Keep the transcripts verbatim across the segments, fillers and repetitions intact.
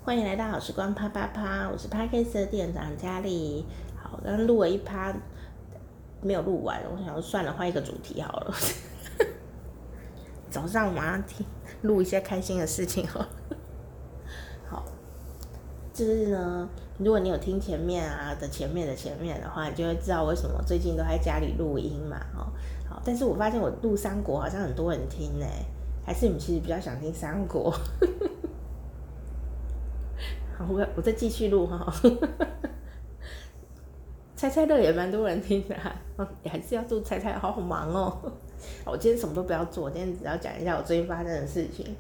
欢迎来到好时光啪啪啪，我是 Podcast 的店长佳丽。好，刚刚录了一趴，没有录完，我想说算了，换一个主题好了。早上马上听录一些开心的事情好了。好，就是呢，如果你有听前面啊的前面的前面的话，你就会知道为什么最近都在家里录音嘛。哦，好，但是我发现我录三国好像很多人听呢，还是你们其实比较想听三国？好，我我再继续录哈。猜猜乐也蛮多人听的、啊，也还是要做猜猜，好好忙哦。我今天什么都不要做，今天只要讲一下我最近发生的事情。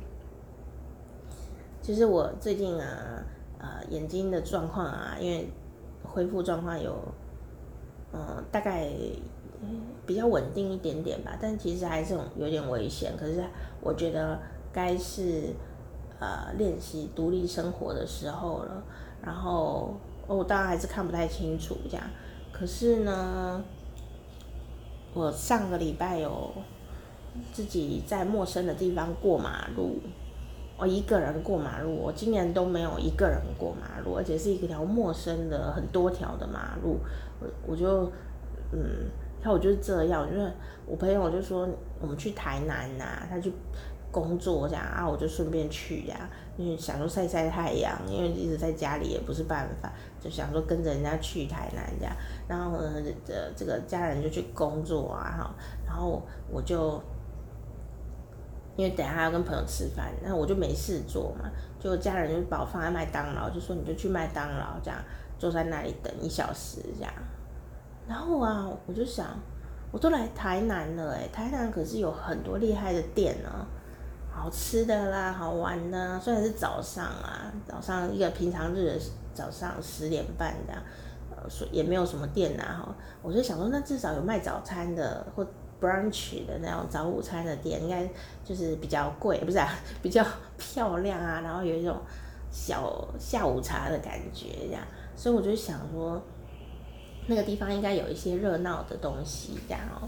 就是我最近啊，呃，眼睛的状况啊，因为恢复状况有，呃，大概比较稳定一点点吧，但其实还是有点危险。可是我觉得该是呃练习独立生活的时候了。然后我当然还是看不太清楚这样，可是呢，我上个礼拜有自己在陌生的地方过马路，我一个人过马路，我今年都没有一个人过马路，而且是一条陌生的很多条的马路，我我就嗯，看我就是这样，因为我朋友就说我们去台南呐、啊，他去工作这样啊，我就顺便去这样，因为想说晒晒太阳，因为一直在家里也不是办法，就想说跟着人家去台南这样，然后呢，这这个家人就去工作啊，哈，然后我就。因为等一下要跟朋友吃饭，那我就没事做嘛，就家人就把我放在麦当劳，就说你就去麦当劳这样，坐在那里等一小时这样。然后啊，我就想，我都来台南了哎，台南可是有很多厉害的店呢、啊，好吃的啦，好玩的、啊。虽然是早上啊，早上一个平常日的早上十点半这样，呃，也没有什么店啊哈。我就想说，那至少有卖早餐的或brunch 的那种早午餐的店，应该就是比较贵，不是啊，比较漂亮啊，然后有一种小下午茶的感觉这样。所以我就想说，那个地方应该有一些热闹的东西这样哦。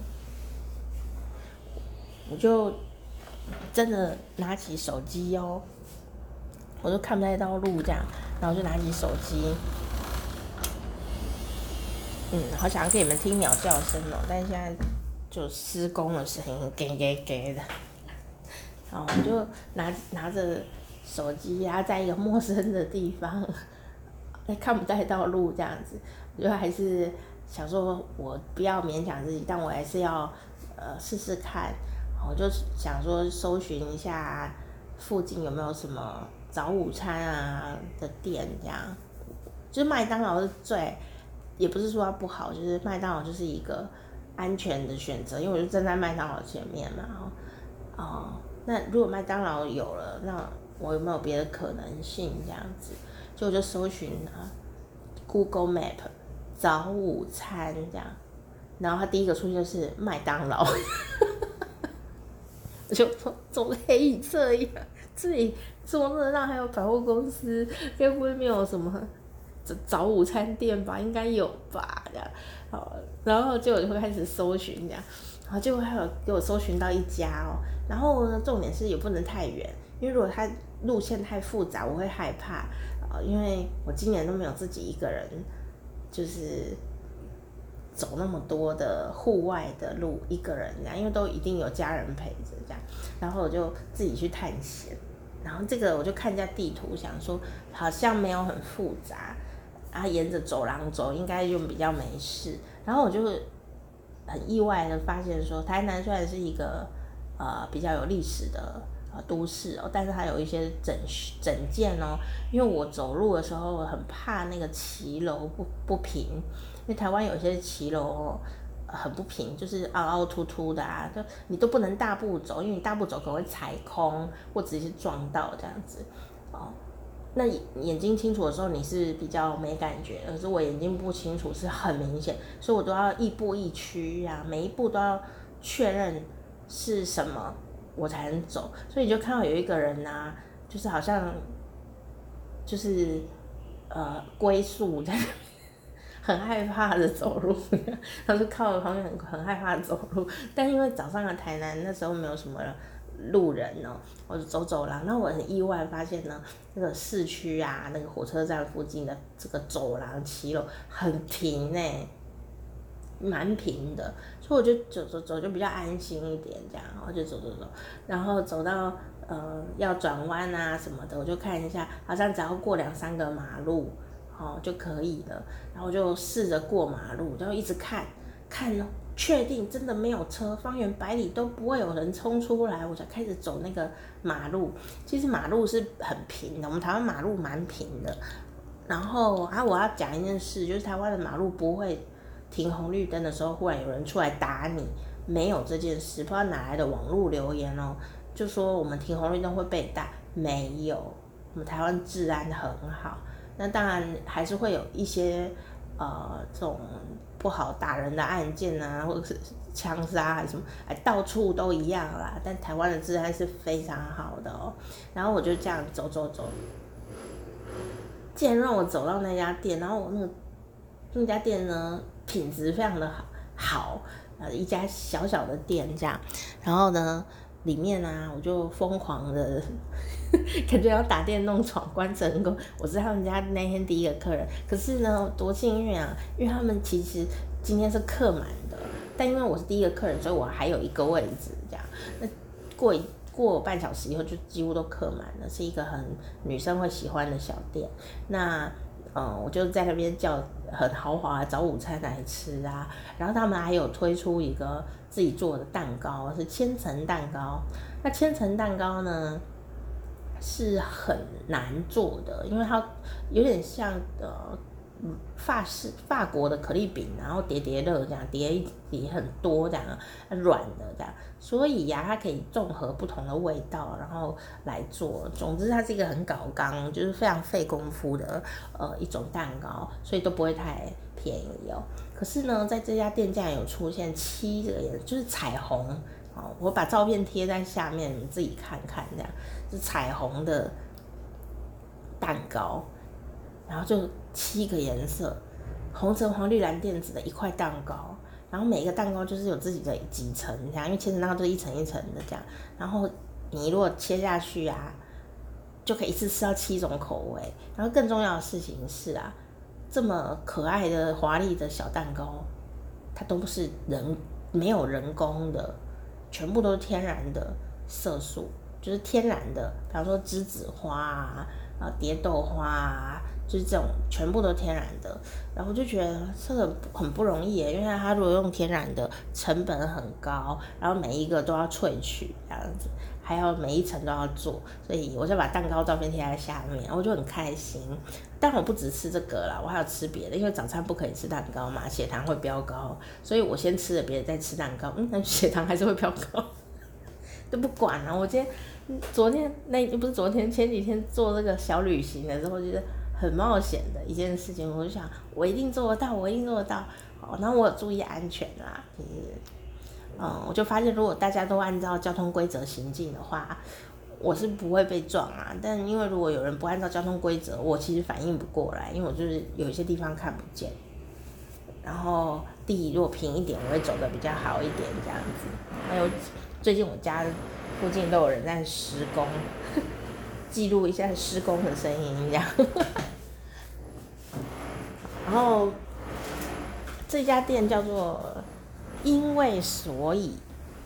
我就真的拿起手机哦，我就看不太到路这样，然后就拿起手机，嗯，好想要给你们听鸟叫声哦，但是现在就施工的声音，给给给的，然后我就拿拿着手机啊，在一个陌生的地方，看不太到路这样子，我就还是想说，我不要勉强自己，但我还是要呃试试看。我就想说，搜寻一下附近有没有什么早午餐啊的店，这样。就是麦当劳是最，也不是说它不好，就是麦当劳就是一个安全的选择，因为我就站在麦当劳前面嘛。哦，那如果麦当劳有了，那我有没有别的可能性这样子？就我就搜寻啊 Google Map 早午餐这样，然后它第一个出现就是麦当劳。我就说怎么可以这样？这里这么热闹，还有百货公司，该不会没有什么早午餐店吧？应该有吧？这样，好，然后结果就会开始搜寻这样，然后结果还有给我搜寻到一家哦，然后呢，重点是也不能太远，因为如果它路线太复杂，我会害怕，呃，因为我今年都没有自己一个人，就是走那么多的户外的路，一个人这样，因为都一定有家人陪着这样，然后我就自己去探险，然后这个我就看一下地图，想说好像没有很复杂，啊，沿着走廊走应该就比较没事，然后我就很意外的发现说，台南虽然是一个呃比较有历史的呃都市哦，但是它有一些整整建哦，因为我走路的时候我很怕那个骑楼不不平，因为台湾有些骑楼哦很不平，就是凹凹凸凸的啊，就你都不能大步走，因为你大步走可能会踩空或直接撞到这样子哦。那眼睛清楚的时候你是比较没感觉，可是我眼睛不清楚是很明显，所以我都要亦步亦趋啊，每一步都要确认是什么我才能走。所以你就看到有一个人啊，就是好像就是呃龟速在很害怕的走路，他就靠旁边很很害怕的走路。但因为早上的台南那时候没有什么路人哦，我就走走廊，那我很意外发现呢，那个市区啊，那个火车站附近的这个走廊骑楼很平呢、欸，蛮平的，所以我就走走走就比较安心一点，这样，然后就走走走，然后走到呃要转弯啊什么的，我就看一下，好像只要过两三个马路，哦就可以了，然后就试着过马路，然后一直看，看了确定真的没有车，方圆百里都不会有人冲出来，我才开始走那个马路。其实马路是很平的，我们台湾马路蛮平的。然后啊，我要讲一件事，就是台湾的马路不会停红绿灯的时候忽然有人出来打你，没有这件事。不知道哪来的网络留言哦，就说我们停红绿灯会被打，没有，我们台湾治安很好。那当然还是会有一些呃这种不好打人的案件啊，或者是枪杀还是什么，哎，到处都一样啦。但台湾的治安是非常好的哦。然后我就这样走走走，竟然让我走到那家店，然后我那个那家店呢品质非常的好，呃，一家小小的店这样，然后呢里面啊我就疯狂的感觉要打电动闯关成功，我是他们家那天第一个客人，可是呢多幸运啊，因为他们其实今天是客满的，但因为我是第一个客人，所以我还有一个位置这样，那过一过半小时以后就几乎都客满了，是一个很女生会喜欢的小店。那嗯，我就在那边叫很豪华的早午餐来吃啊，然后他们还有推出一个自己做的蛋糕，是千层蛋糕。那千层蛋糕呢是很难做的，因为它有点像呃法式法国的可丽饼，然后叠叠乐这样叠一叠很多这样软的这样，所以呀、啊、它可以综合不同的味道，然后来做。总之它是一个很搞纲，就是非常费功夫的呃一种蛋糕，所以都不会太便宜哦。可是呢，在这家店竟然有出现七这个颜色，就是彩虹。哦，我把照片贴在下面，你自己看看，这样是彩虹的蛋糕，然后就七个颜色，红橙黄绿蓝靛紫的一块蛋糕，然后每一个蛋糕就是有自己的几层这样，因为千层蛋糕就是一层一层的这样，然后你如果切下去啊，就可以一次吃到七种口味。然后更重要的事情是啊，这么可爱的华丽的小蛋糕，它都是人没有人工的。全部都是天然的色素，就是天然的，比方说栀子花啊、啊蝶豆花啊，就是这种全部都天然的。然后我就觉得这个很不容易耶，因为它如果用天然的，成本很高，然后每一个都要萃取这样子，还要每一层都要做，所以我就把蛋糕照片贴在下面，我就很开心。但我不只吃这个啦，我还要吃别的，因为早餐不可以吃蛋糕嘛，血糖会飙高，所以我先吃了别的再吃蛋糕，嗯，那血糖还是会飙高，都不管了。我今天、昨天那不是昨天前几天做这个小旅行的时候，就是很冒险的一件事情，我就想我一定做得到，我一定做得到。好，然后我有注意安全啦，就是，嗯，我就发现如果大家都按照交通规则行进的话，我是不会被撞啊，但因为如果有人不按照交通规则，我其实反应不过来，因为我就是有一些地方看不见，然后地如果平一点，我会走得比较好一点这样子。还有最近我家附近都有人在施工，记录一下施工的声音这样。然后这家店叫做因为所以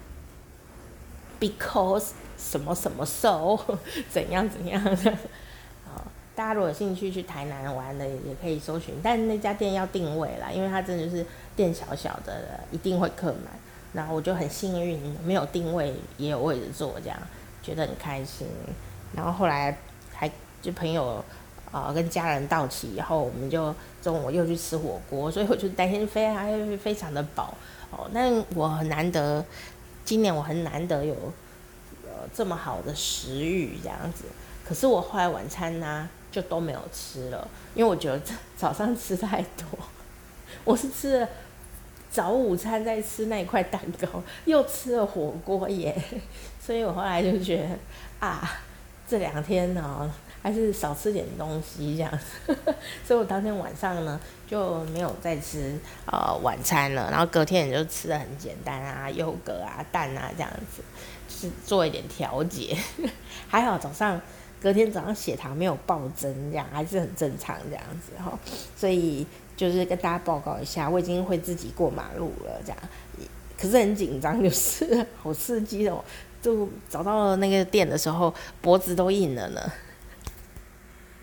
，because 什么什么 so 怎样怎样的。大家如果有兴趣去台南玩的，也可以搜寻，但那家店要定位啦，因为它真的就是店小小的，一定会客满。然后我就很幸运，没有定位也有位置坐，这样觉得很开心。然后后来还就朋友呃跟家人到齐以后，我们就中午又去吃火锅，所以我就那天非常非常的饱哦。但我很难得，今年我很难得有呃这么好的食欲这样子。可是我后来晚餐呢、啊、就都没有吃了，因为我觉得早上吃太多，我是吃了早午餐再吃那一块蛋糕，又吃了火锅耶，所以我后来就觉得啊， 这两天呢，还是少吃点东西这样子，所以我当天晚上呢就没有再吃呃晚餐了，然后隔天也就吃的很简单啊，优格啊、蛋啊这样子，就是做一点调节。还好早上隔天早上血糖没有暴增，这样还是很正常这样子哈，所以就是跟大家报告一下，我已经会自己过马路了这样，可是很紧张，就是好刺激哦。就找到了那个店的时候，脖子都硬了呢。